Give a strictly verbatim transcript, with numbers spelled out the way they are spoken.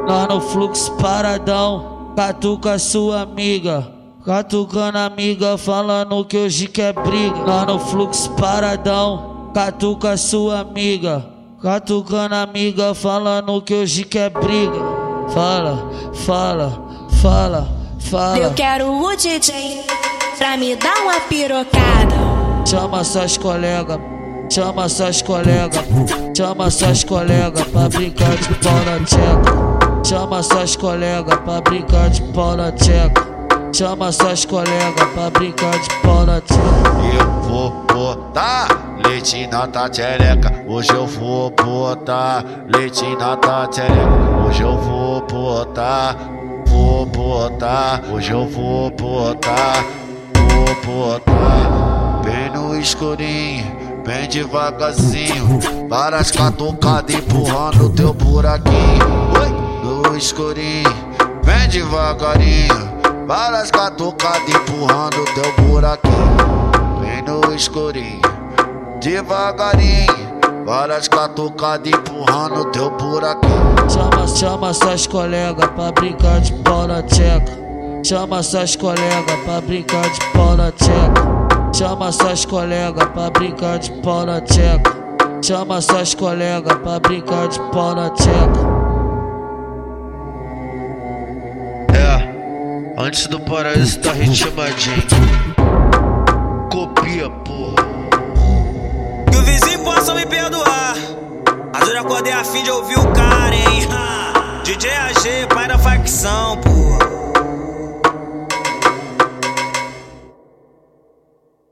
Nós no fluxo paradão, catuca sua amiga. Catucando amiga, falando que hoje quer briga. Nós no fluxo paradão, catuca sua amiga. Catucando amiga, falando que hoje quer briga. Fala, fala, fala, fala. Eu quero o D J pra me dar uma pirocada. Chama suas colegas, chama suas colegas, chama suas colegas pra brincar de pau na tcheca. Chama suas colegas pra brincar de pau na tcheca. Chama suas colegas pra brincar de pau na tcheca. Eu vou botar leite na tua tchereca. Hoje eu vou botar leite na tua tchereca. Hoje eu vou botar, vou botar. Hoje eu vou botar, vou botar. Bem no escurinho, bem devagarzinho. Várias catucadas empurrando teu buraquinho. No escurinho, bem devagarinho. Várias catucadas empurrando teu buraquinho. Bem no escurinho, devagarinho. Várias catucadas empurrando teu buraquinho. Chama, chama suas colegas pra brincar de pau na tcheca. Chama suas colegas pra brincar de pau na tcheca. Chama suas colegas pra brincar de pau na tcheca. Chama suas colegas pra brincar de pau na tcheca. É, antes do paraíso tá ritmadinho. Copia, porra. Que o vizinho possa me perdoar, mas eu já acordei a fim de ouvir o cara, hein? D J A G, pai da facção, porra.